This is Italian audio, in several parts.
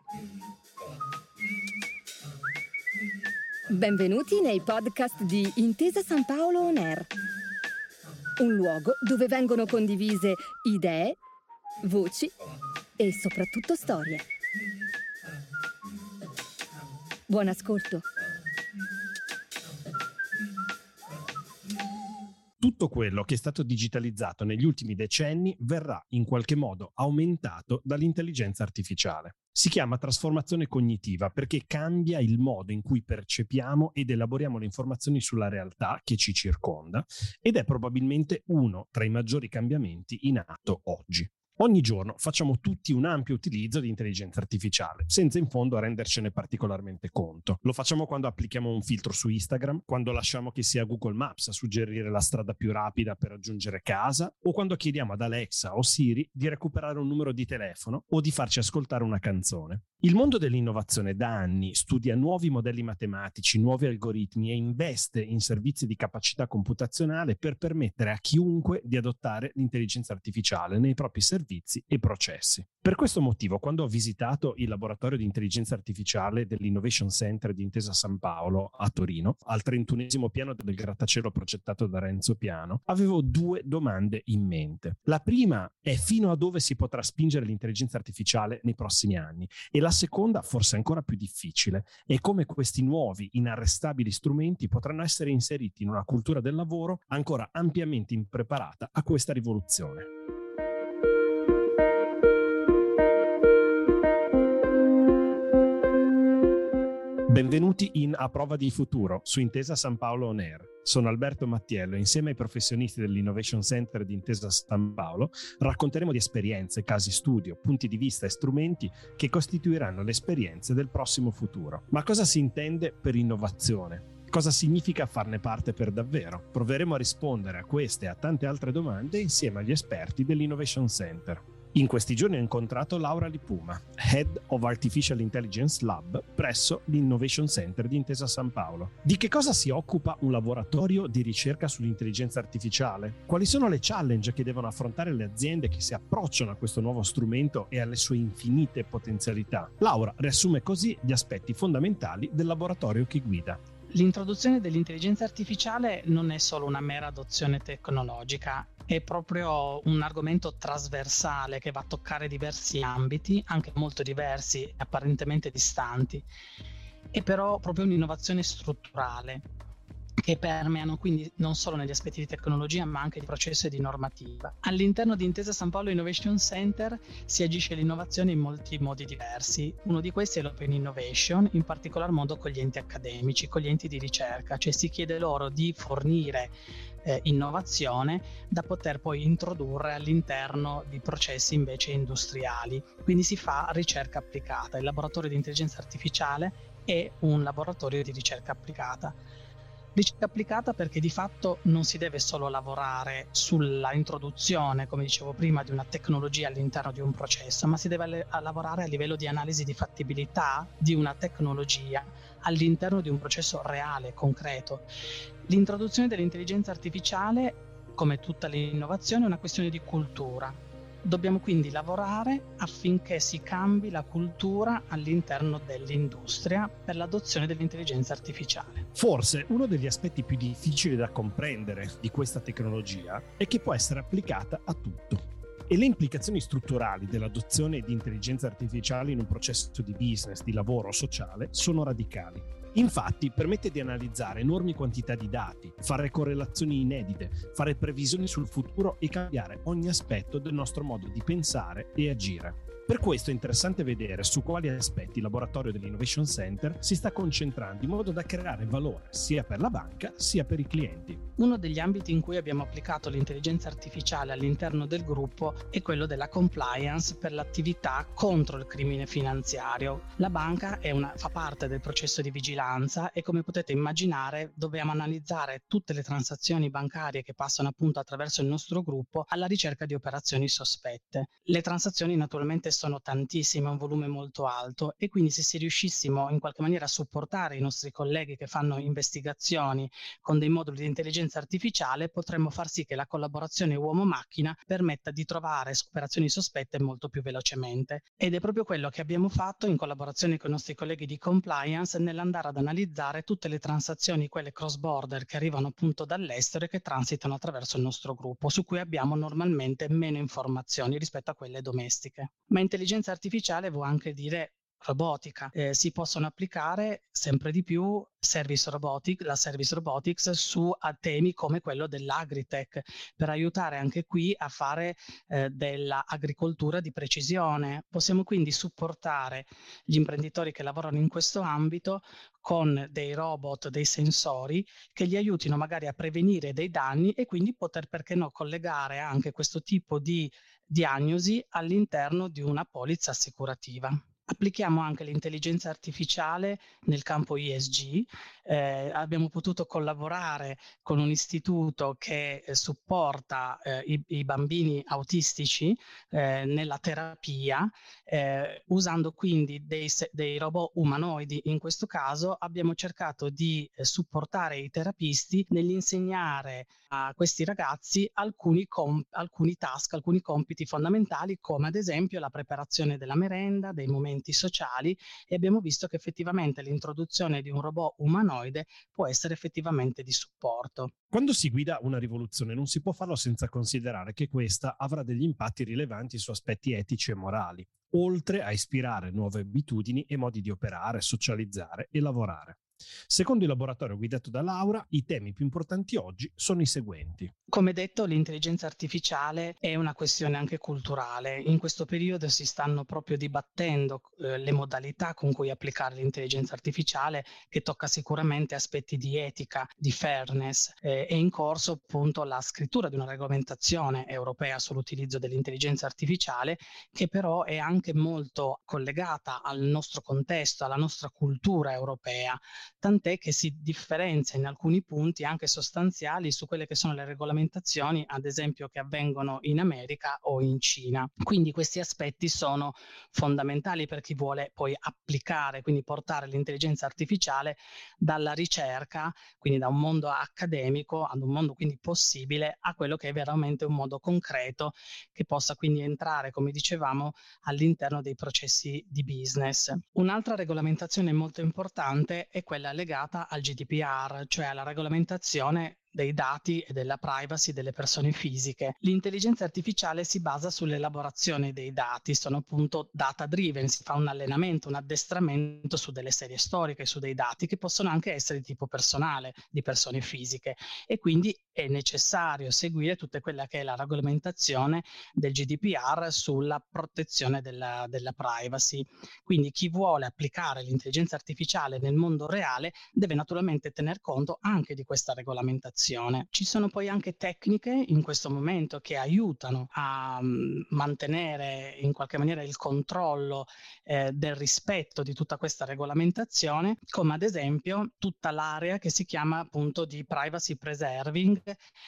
Benvenuti nei podcast di Intesa Sanpaolo On Air, un luogo dove vengono condivise idee, voci e soprattutto storie. Buon ascolto. Tutto quello che è stato digitalizzato negli ultimi decenni verrà in qualche modo aumentato dall'intelligenza artificiale. Si chiama trasformazione cognitiva perché cambia il modo in cui percepiamo ed elaboriamo le informazioni sulla realtà che ci circonda ed è probabilmente uno tra i maggiori cambiamenti in atto oggi. Ogni giorno facciamo tutti un ampio utilizzo di intelligenza artificiale, senza in fondo rendercene particolarmente conto. Lo facciamo quando applichiamo un filtro su Instagram, quando lasciamo che sia Google Maps a suggerire la strada più rapida per raggiungere casa, o quando chiediamo ad Alexa o Siri di recuperare un numero di telefono o di farci ascoltare una canzone. Il mondo dell'innovazione da anni studia nuovi modelli matematici, nuovi algoritmi e investe in servizi di capacità computazionale per permettere a chiunque di adottare l'intelligenza artificiale nei propri servizi e processi. Per questo motivo, quando ho visitato il laboratorio di intelligenza artificiale dell'Innovation Center di Intesa Sanpaolo a Torino, al 31esimo piano del grattacielo progettato da Renzo Piano, avevo due domande in mente. La prima è fino a dove si potrà spingere l'intelligenza artificiale nei prossimi anni e la seconda, forse ancora più difficile, è come questi nuovi, inarrestabili strumenti potranno essere inseriti in una cultura del lavoro ancora ampiamente impreparata a questa rivoluzione. Benvenuti in A Prova di Futuro su Intesa Sanpaolo On Air. Sono Alberto Mattiello e insieme ai professionisti dell'Innovation Center di Intesa Sanpaolo racconteremo di esperienze, casi studio, punti di vista e strumenti che costituiranno le esperienze del prossimo futuro. Ma cosa si intende per innovazione? Cosa significa farne parte per davvero? Proveremo a rispondere a queste e a tante altre domande insieme agli esperti dell'Innovation Center. In questi giorni ho incontrato Laura Lipuma, Head of Artificial Intelligence Lab presso l'Innovation Center di Intesa Sanpaolo. Di che cosa si occupa un laboratorio di ricerca sull'intelligenza artificiale? Quali sono le challenge che devono affrontare le aziende che si approcciano a questo nuovo strumento e alle sue infinite potenzialità? Laura riassume così gli aspetti fondamentali del laboratorio che guida. L'introduzione dell'intelligenza artificiale non è solo una mera adozione tecnologica, è proprio un argomento trasversale che va a toccare diversi ambiti, anche molto diversi e apparentemente distanti. È però proprio un'innovazione strutturale che permeano quindi non solo negli aspetti di tecnologia ma anche di processo e di normativa. All'interno di Intesa Sanpaolo Innovation Center si agisce l'innovazione in molti modi diversi. Uno di questi è l'Open Innovation, in particolar modo con gli enti accademici, con gli enti di ricerca, cioè si chiede loro di fornire innovazione da poter poi introdurre all'interno di processi invece industriali. Quindi si fa ricerca applicata. Il laboratorio di intelligenza artificiale è un laboratorio di ricerca applicata. Ricerca applicata perché di fatto non si deve solo lavorare sulla introduzione, come dicevo prima, di una tecnologia all'interno di un processo, ma si deve lavorare a livello di analisi di fattibilità di una tecnologia all'interno di un processo reale, concreto. L'introduzione dell'intelligenza artificiale, come tutta l'innovazione, è una questione di cultura. Dobbiamo quindi lavorare affinché si cambi la cultura all'interno dell'industria per l'adozione dell'intelligenza artificiale. Forse uno degli aspetti più difficili da comprendere di questa tecnologia è che può essere applicata a tutto. E le implicazioni strutturali dell'adozione di intelligenza artificiale in un processo di business, di lavoro sociale sono radicali. Infatti permette di analizzare enormi quantità di dati, fare correlazioni inedite, fare previsioni sul futuro e cambiare ogni aspetto del nostro modo di pensare e agire. Per questo è interessante vedere su quali aspetti il laboratorio dell'Innovation Center si sta concentrando in modo da creare valore sia per la banca sia per i clienti. Uno degli ambiti in cui abbiamo applicato l'intelligenza artificiale all'interno del gruppo è quello della compliance per l'attività contro il crimine finanziario. La banca fa parte del processo di vigilanza e, come potete immaginare, dobbiamo analizzare tutte le transazioni bancarie che passano appunto attraverso il nostro gruppo alla ricerca di operazioni sospette. Le transazioni naturalmente sono tantissime, è un volume molto alto, e quindi se riuscissimo in qualche maniera a supportare i nostri colleghi che fanno investigazioni con dei moduli di intelligenza artificiale, potremmo far sì che la collaborazione uomo-macchina permetta di trovare operazioni sospette molto più velocemente. Ed è proprio quello che abbiamo fatto in collaborazione con i nostri colleghi di compliance nell'andare ad analizzare tutte le transazioni, quelle cross border che arrivano appunto dall'estero e che transitano attraverso il nostro gruppo, su cui abbiamo normalmente meno informazioni rispetto a quelle domestiche. Ma intelligenza artificiale vuol anche dire robotica. Si possono applicare sempre di più la service robotics a temi come quello dell'agritech, per aiutare anche qui a fare dell'agricoltura di precisione. Possiamo quindi supportare gli imprenditori che lavorano in questo ambito con dei robot, dei sensori che gli aiutino magari a prevenire dei danni e quindi poter, perché no, collegare anche questo tipo di diagnosi all'interno di una polizza assicurativa. Applichiamo anche l'intelligenza artificiale nel campo ESG. Abbiamo potuto collaborare con un istituto che supporta i bambini autistici nella terapia, usando quindi dei robot umanoidi. In questo caso abbiamo cercato di supportare i terapisti nell'insegnare a questi ragazzi alcuni task, alcuni compiti fondamentali, come ad esempio la preparazione della merenda, dei momenti sociali, e abbiamo visto che effettivamente l'introduzione di un robot umanoide può essere effettivamente di supporto. Quando si guida una rivoluzione non si può farlo senza considerare che questa avrà degli impatti rilevanti su aspetti etici e morali, oltre a ispirare nuove abitudini e modi di operare, socializzare e lavorare. Secondo il laboratorio guidato da Laura, i temi più importanti oggi sono i seguenti. Come detto, l'intelligenza artificiale è una questione anche culturale. In questo periodo si stanno proprio dibattendo le modalità con cui applicare l'intelligenza artificiale, che tocca sicuramente aspetti di etica, di fairness. È in corso appunto la scrittura di una regolamentazione europea sull'utilizzo dell'intelligenza artificiale, che però è anche molto collegata al nostro contesto, alla nostra cultura europea, tant'è che si differenzia in alcuni punti anche sostanziali su quelle che sono le regolamentazioni, ad esempio, che avvengono in America o in Cina. Quindi questi aspetti sono fondamentali per chi vuole poi applicare, quindi portare l'intelligenza artificiale dalla ricerca, quindi da un mondo accademico ad un mondo quindi possibile, a quello che è veramente un modo concreto che possa quindi entrare, come dicevamo, all'interno dei processi di business. Un'altra regolamentazione molto importante è quella legata al GDPR, cioè alla regolamentazione dei dati e della privacy delle persone fisiche. L'intelligenza artificiale si basa sull'elaborazione dei dati, sono appunto data driven, si fa un allenamento, un addestramento su delle serie storiche, su dei dati che possono anche essere di tipo personale, di persone fisiche, e quindi è necessario seguire tutta quella che è la regolamentazione del GDPR sulla protezione della privacy. Quindi chi vuole applicare l'intelligenza artificiale nel mondo reale deve naturalmente tener conto anche di questa regolamentazione. Ci sono poi anche tecniche in questo momento che aiutano a mantenere in qualche maniera il controllo del rispetto di tutta questa regolamentazione, come ad esempio tutta l'area che si chiama appunto di privacy preserving,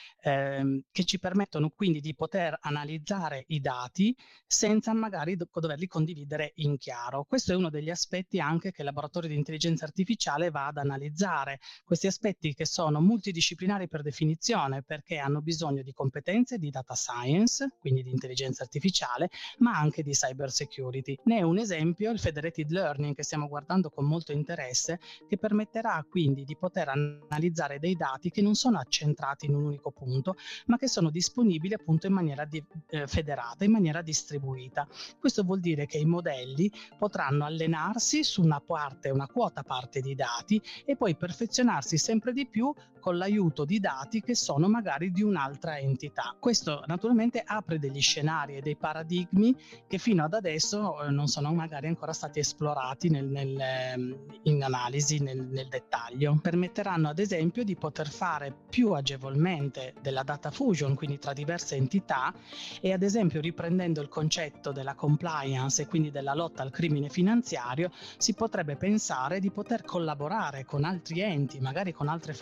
che ci permettono quindi di poter analizzare i dati senza magari doverli condividere in chiaro. Questo è uno degli aspetti anche che il laboratorio di intelligenza artificiale va ad analizzare, questi aspetti che sono multidisciplinari per definizione, perché hanno bisogno di competenze di data science, quindi di intelligenza artificiale, ma anche di cyber security. Ne è un esempio il federated learning, che stiamo guardando con molto interesse, che permetterà quindi di poter analizzare dei dati che non sono accentrati in un unico punto, ma che sono disponibili appunto in maniera federata, in maniera distribuita. Questo vuol dire che i modelli potranno allenarsi su una quota parte di dati e poi perfezionarsi sempre di più con l'aiuto di dati che sono magari di un'altra entità. Questo naturalmente apre degli scenari e dei paradigmi che fino ad adesso non sono magari ancora stati esplorati in analisi nel dettaglio. Permetteranno ad esempio di poter fare più agevolmente della data fusion, quindi tra diverse entità, e ad esempio riprendendo il concetto della compliance e quindi della lotta al crimine finanziario, si potrebbe pensare di poter collaborare con altri enti, magari con altre financial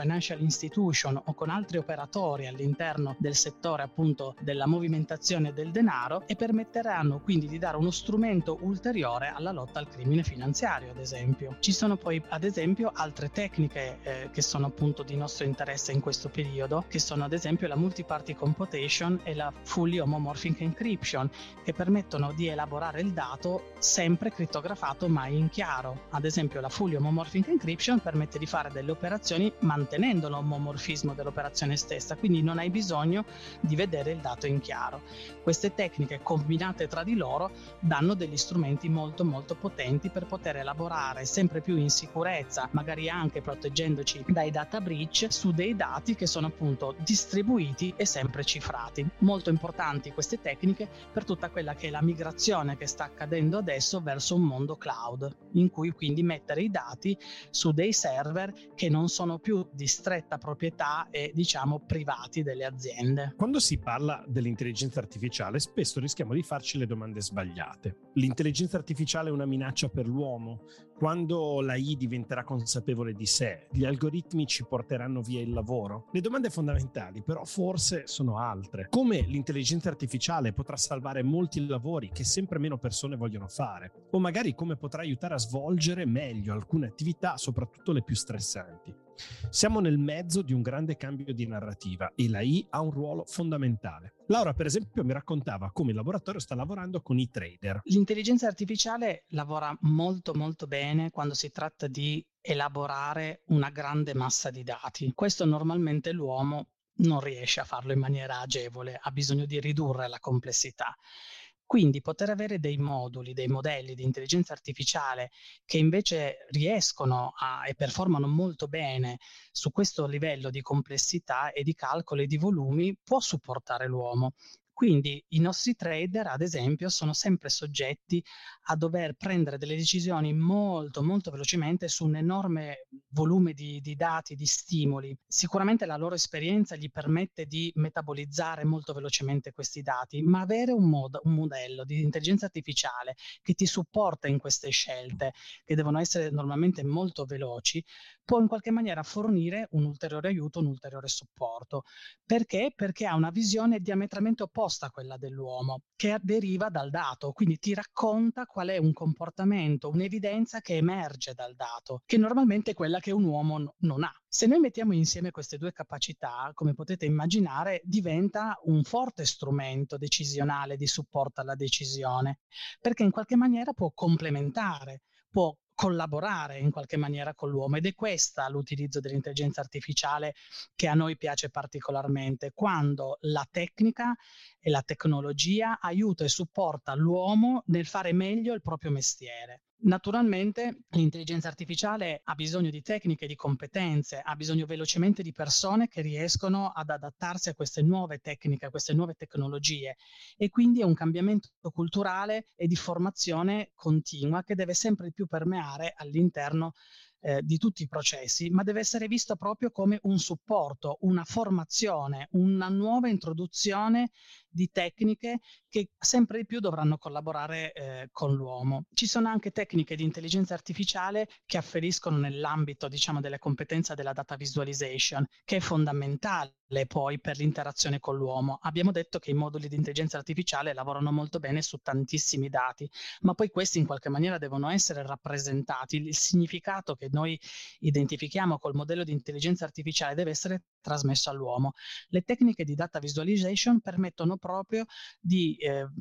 institution o con altri operatori all'interno del settore appunto della movimentazione del denaro, e permetteranno quindi di dare uno strumento ulteriore alla lotta al crimine finanziario, ad esempio. Ci sono poi ad esempio altre tecniche che sono appunto di nostro interesse in questo periodo, che sono ad esempio la multi-party computation e la fully homomorphic encryption, che permettono di elaborare il dato sempre crittografato ma in chiaro. Ad esempio la fully homomorphic encryption permette di fare delle operazioni mantenendo l'omomorfismo dell'operazione stessa, quindi non hai bisogno di vedere il dato in chiaro. Queste tecniche combinate tra di loro danno degli strumenti molto molto potenti per poter elaborare sempre più in sicurezza, magari anche proteggendoci dai data breach, su dei dati che sono appunto distribuiti e sempre cifrati. Molto importanti queste tecniche per tutta quella che è la migrazione che sta accadendo adesso verso un mondo cloud, in cui quindi mettere i dati su dei server che non sono più di stretta proprietà e diciamo privati delle aziende. Quando si parla dell'intelligenza artificiale, spesso rischiamo di farci le domande sbagliate. L'intelligenza artificiale è una minaccia per l'uomo? Quando l'AI diventerà consapevole di sé, gli algoritmi ci porteranno via il lavoro? Le domande fondamentali però forse sono altre. Come l'intelligenza artificiale potrà salvare molti lavori che sempre meno persone vogliono fare? O magari come potrà aiutare a svolgere meglio alcune attività, soprattutto le più stressanti? Siamo nel mezzo di un grande cambio di narrativa e l'AI ha un ruolo fondamentale. Laura, per esempio, mi raccontava come il laboratorio sta lavorando con i trader. L'intelligenza artificiale lavora molto molto bene quando si tratta di elaborare una grande massa di dati. Questo normalmente l'uomo non riesce a farlo in maniera agevole, ha bisogno di ridurre la complessità. Quindi poter avere dei moduli, dei modelli di intelligenza artificiale che invece riescono e performano molto bene su questo livello di complessità e di calcolo e di volumi può supportare l'uomo. Quindi i nostri trader, ad esempio, sono sempre soggetti a dover prendere delle decisioni molto, molto velocemente su un enorme volume di dati, di stimoli. Sicuramente la loro esperienza gli permette di metabolizzare molto velocemente questi dati, ma avere un modello di intelligenza artificiale che ti supporta in queste scelte, che devono essere normalmente molto veloci, può in qualche maniera fornire un ulteriore aiuto, un ulteriore supporto. Perché? Perché ha una visione diametralmente opposta a quella dell'uomo, che deriva dal dato, quindi ti racconta qual è un comportamento, un'evidenza che emerge dal dato, che normalmente è quella che un uomo non ha. Se noi mettiamo insieme queste due capacità, come potete immaginare, diventa un forte strumento decisionale di supporto alla decisione, perché in qualche maniera può complementare, può collaborare in qualche maniera con l'uomo, ed è questa l'utilizzo dell'intelligenza artificiale che a noi piace particolarmente, quando la tecnica e la tecnologia aiuta e supporta l'uomo nel fare meglio il proprio mestiere. Naturalmente l'intelligenza artificiale ha bisogno di tecniche e di competenze, ha bisogno velocemente di persone che riescono ad adattarsi a queste nuove tecniche, a queste nuove tecnologie, e quindi è un cambiamento culturale e di formazione continua che deve sempre più permeare all'interno di tutti i processi, ma deve essere visto proprio come un supporto, una formazione, una nuova introduzione di tecniche che sempre di più dovranno collaborare con l'uomo. Ci sono anche tecniche di intelligenza artificiale che afferiscono nell'ambito, diciamo, delle competenze della data visualization, che è fondamentale poi per l'interazione con l'uomo. Abbiamo detto che i moduli di intelligenza artificiale lavorano molto bene su tantissimi dati, ma poi questi in qualche maniera devono essere rappresentati. Il significato che noi identifichiamo col modello di intelligenza artificiale deve essere trasmesso all'uomo. Le tecniche di data visualization permettono proprio di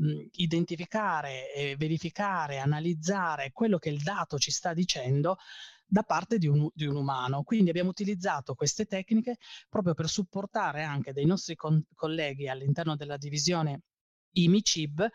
identificare, verificare, analizzare quello che il dato ci sta dicendo da parte di un umano. Quindi abbiamo utilizzato queste tecniche proprio per supportare anche dei nostri colleghi all'interno della divisione IMI-CIB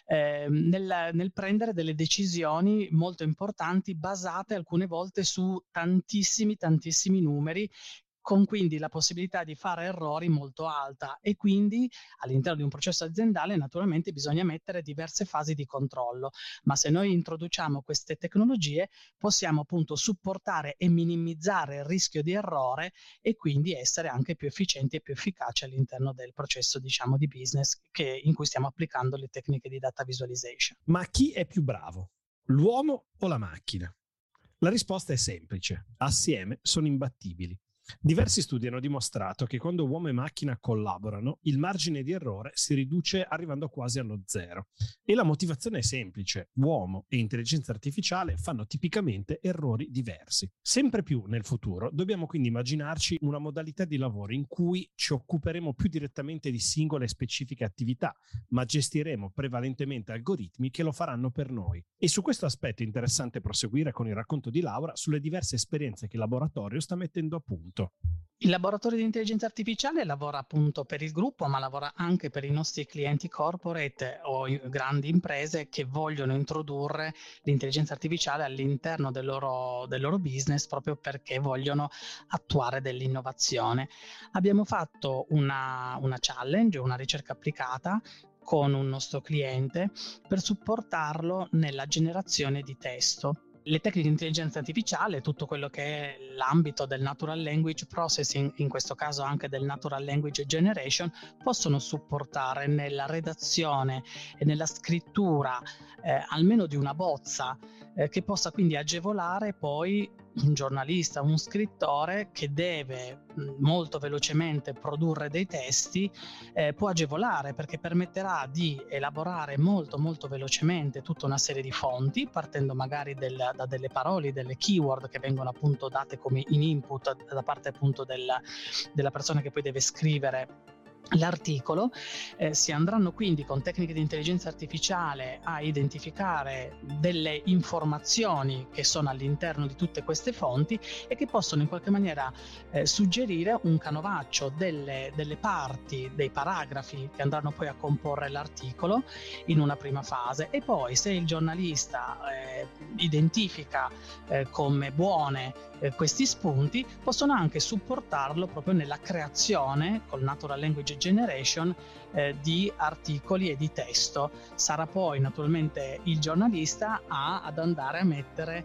nel prendere delle decisioni molto importanti, basate alcune volte su tantissimi numeri, con quindi la possibilità di fare errori molto alta, e quindi all'interno di un processo aziendale naturalmente bisogna mettere diverse fasi di controllo, ma se noi introduciamo queste tecnologie possiamo appunto supportare e minimizzare il rischio di errore, e quindi essere anche più efficienti e più efficaci all'interno del processo, diciamo, di business in cui stiamo applicando le tecniche di data visualization. Ma chi è più bravo? L'uomo o la macchina? La risposta è semplice: assieme sono imbattibili. Diversi studi hanno dimostrato che quando uomo e macchina collaborano, il margine di errore si riduce arrivando quasi allo zero. E la motivazione è semplice: uomo e intelligenza artificiale fanno tipicamente errori diversi. Sempre più nel futuro dobbiamo quindi immaginarci una modalità di lavoro in cui ci occuperemo più direttamente di singole e specifiche attività, ma gestiremo prevalentemente algoritmi che lo faranno per noi. E su questo aspetto è interessante proseguire con il racconto di Laura sulle diverse esperienze che il laboratorio sta mettendo a punto. Il laboratorio di intelligenza artificiale lavora appunto per il gruppo, ma lavora anche per i nostri clienti corporate o grandi imprese che vogliono introdurre l'intelligenza artificiale all'interno del loro business, proprio perché vogliono attuare dell'innovazione. Abbiamo fatto una challenge, una ricerca applicata con un nostro cliente per supportarlo nella generazione di testo. Le tecniche di intelligenza artificiale, tutto quello che è l'ambito del natural language processing, in questo caso anche del natural language generation, possono supportare nella redazione e nella scrittura almeno di una bozza che possa quindi agevolare poi un giornalista, un scrittore che deve molto velocemente produrre dei testi, può agevolare, perché permetterà di elaborare molto molto velocemente tutta una serie di fonti, partendo magari da delle parole, delle keyword che vengono appunto date come in input da parte appunto della persona che poi deve scrivere l'articolo. Si andranno quindi con tecniche di intelligenza artificiale a identificare delle informazioni che sono all'interno di tutte queste fonti e che possono in qualche maniera suggerire un canovaccio delle parti, dei paragrafi che andranno poi a comporre l'articolo in una prima fase, e poi se il giornalista identifica come buone questi spunti, possono anche supportarlo proprio nella creazione col natural language generation di articoli e di testo. Sarà poi naturalmente il giornalista ad andare a mettere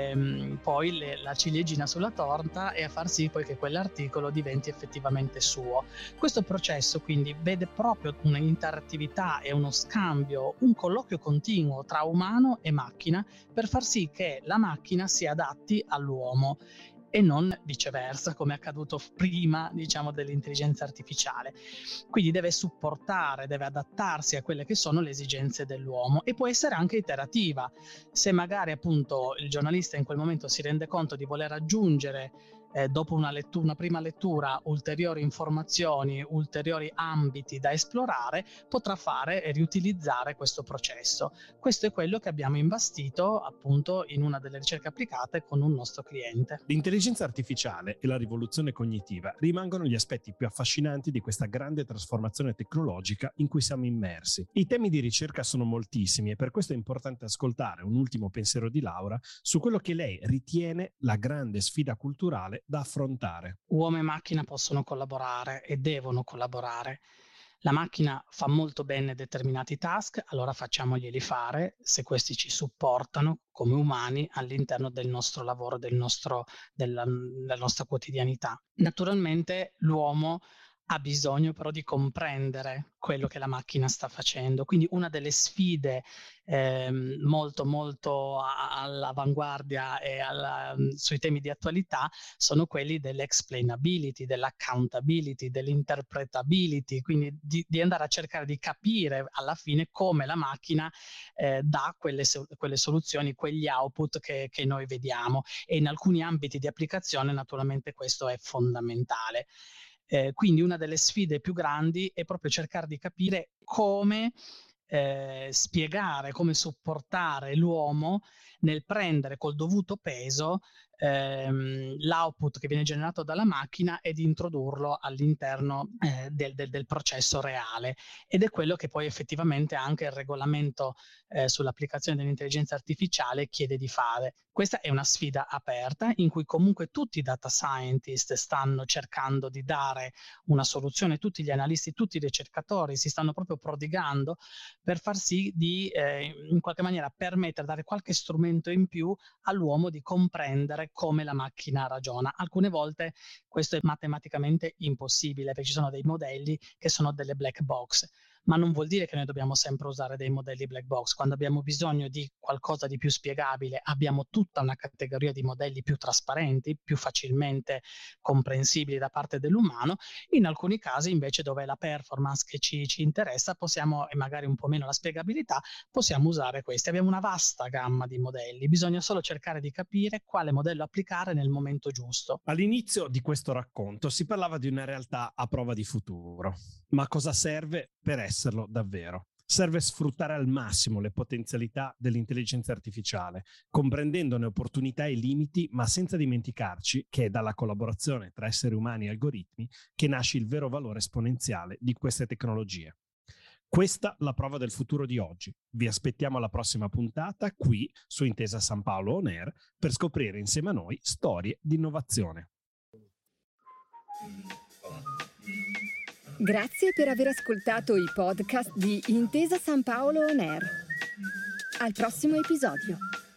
poi la ciliegina sulla torta e a far sì poi che quell'articolo diventi effettivamente suo. Questo processo quindi vede proprio un'interattività e uno scambio, un colloquio continuo tra umano e macchina, per far sì che la macchina si adatti all'uomo e non viceversa, come è accaduto prima, diciamo, dell'intelligenza artificiale. Quindi deve supportare, deve adattarsi a quelle che sono le esigenze dell'uomo, e può essere anche iterativa. Se magari appunto il giornalista in quel momento si rende conto di voler aggiungere dopo una prima lettura ulteriori informazioni, ulteriori ambiti da esplorare, potrà fare e riutilizzare questo processo. Questo è quello che abbiamo imbastito appunto in una delle ricerche applicate con un nostro cliente. L'intelligenza artificiale e la rivoluzione cognitiva rimangono gli aspetti più affascinanti di questa grande trasformazione tecnologica in cui siamo immersi. I temi di ricerca sono moltissimi e per questo è importante ascoltare un ultimo pensiero di Laura su quello che lei ritiene la grande sfida culturale da affrontare. Uomo e macchina possono collaborare e devono collaborare. La macchina fa molto bene determinati task, allora facciamoglieli fare se questi ci supportano come umani all'interno del nostro lavoro, della nostra quotidianità. Naturalmente l'uomo ha bisogno però di comprendere quello che la macchina sta facendo, quindi una delle sfide molto molto all'avanguardia e sui temi di attualità sono quelli dell'explainability, dell'accountability, dell'interpretability, quindi di andare a cercare di capire alla fine come la macchina dà quelle soluzioni, quegli output che noi vediamo, e in alcuni ambiti di applicazione naturalmente questo è fondamentale. Quindi una delle sfide più grandi è proprio cercare di capire come spiegare, come supportare l'uomo nel prendere col dovuto peso l'output che viene generato dalla macchina e di introdurlo all'interno del processo reale, ed è quello che poi effettivamente anche il regolamento sull'applicazione dell'intelligenza artificiale chiede di fare. Questa è una sfida aperta in cui comunque tutti i data scientist stanno cercando di dare una soluzione, tutti gli analisti, tutti i ricercatori si stanno proprio prodigando per far sì di in qualche maniera permettere, dare qualche strumento in più all'uomo di comprendere come la macchina ragiona. Alcune volte questo è matematicamente impossibile perché ci sono dei modelli che sono delle black box, ma non vuol dire che noi dobbiamo sempre usare dei modelli black box. Quando abbiamo bisogno di qualcosa di più spiegabile, abbiamo tutta una categoria di modelli più trasparenti, più facilmente comprensibili da parte dell'umano. In alcuni casi invece, dove è la performance che ci interessa, possiamo, e magari un po' meno la spiegabilità, possiamo usare questi. Abbiamo una vasta gamma di modelli, bisogna solo cercare di capire quale modello applicare nel momento giusto. All'inizio di questo racconto si parlava di una realtà a prova di futuro, ma cosa serve per esserlo davvero? Serve sfruttare al massimo le potenzialità dell'intelligenza artificiale, comprendendone opportunità e limiti, ma senza dimenticarci che è dalla collaborazione tra esseri umani e algoritmi che nasce il vero valore esponenziale di queste tecnologie. Questa la prova del futuro di oggi. Vi aspettiamo alla prossima puntata qui su Intesa San Paolo On Air per scoprire insieme a noi storie di innovazione. Grazie per aver ascoltato i podcast di Intesa San Paolo On Air. Al prossimo episodio.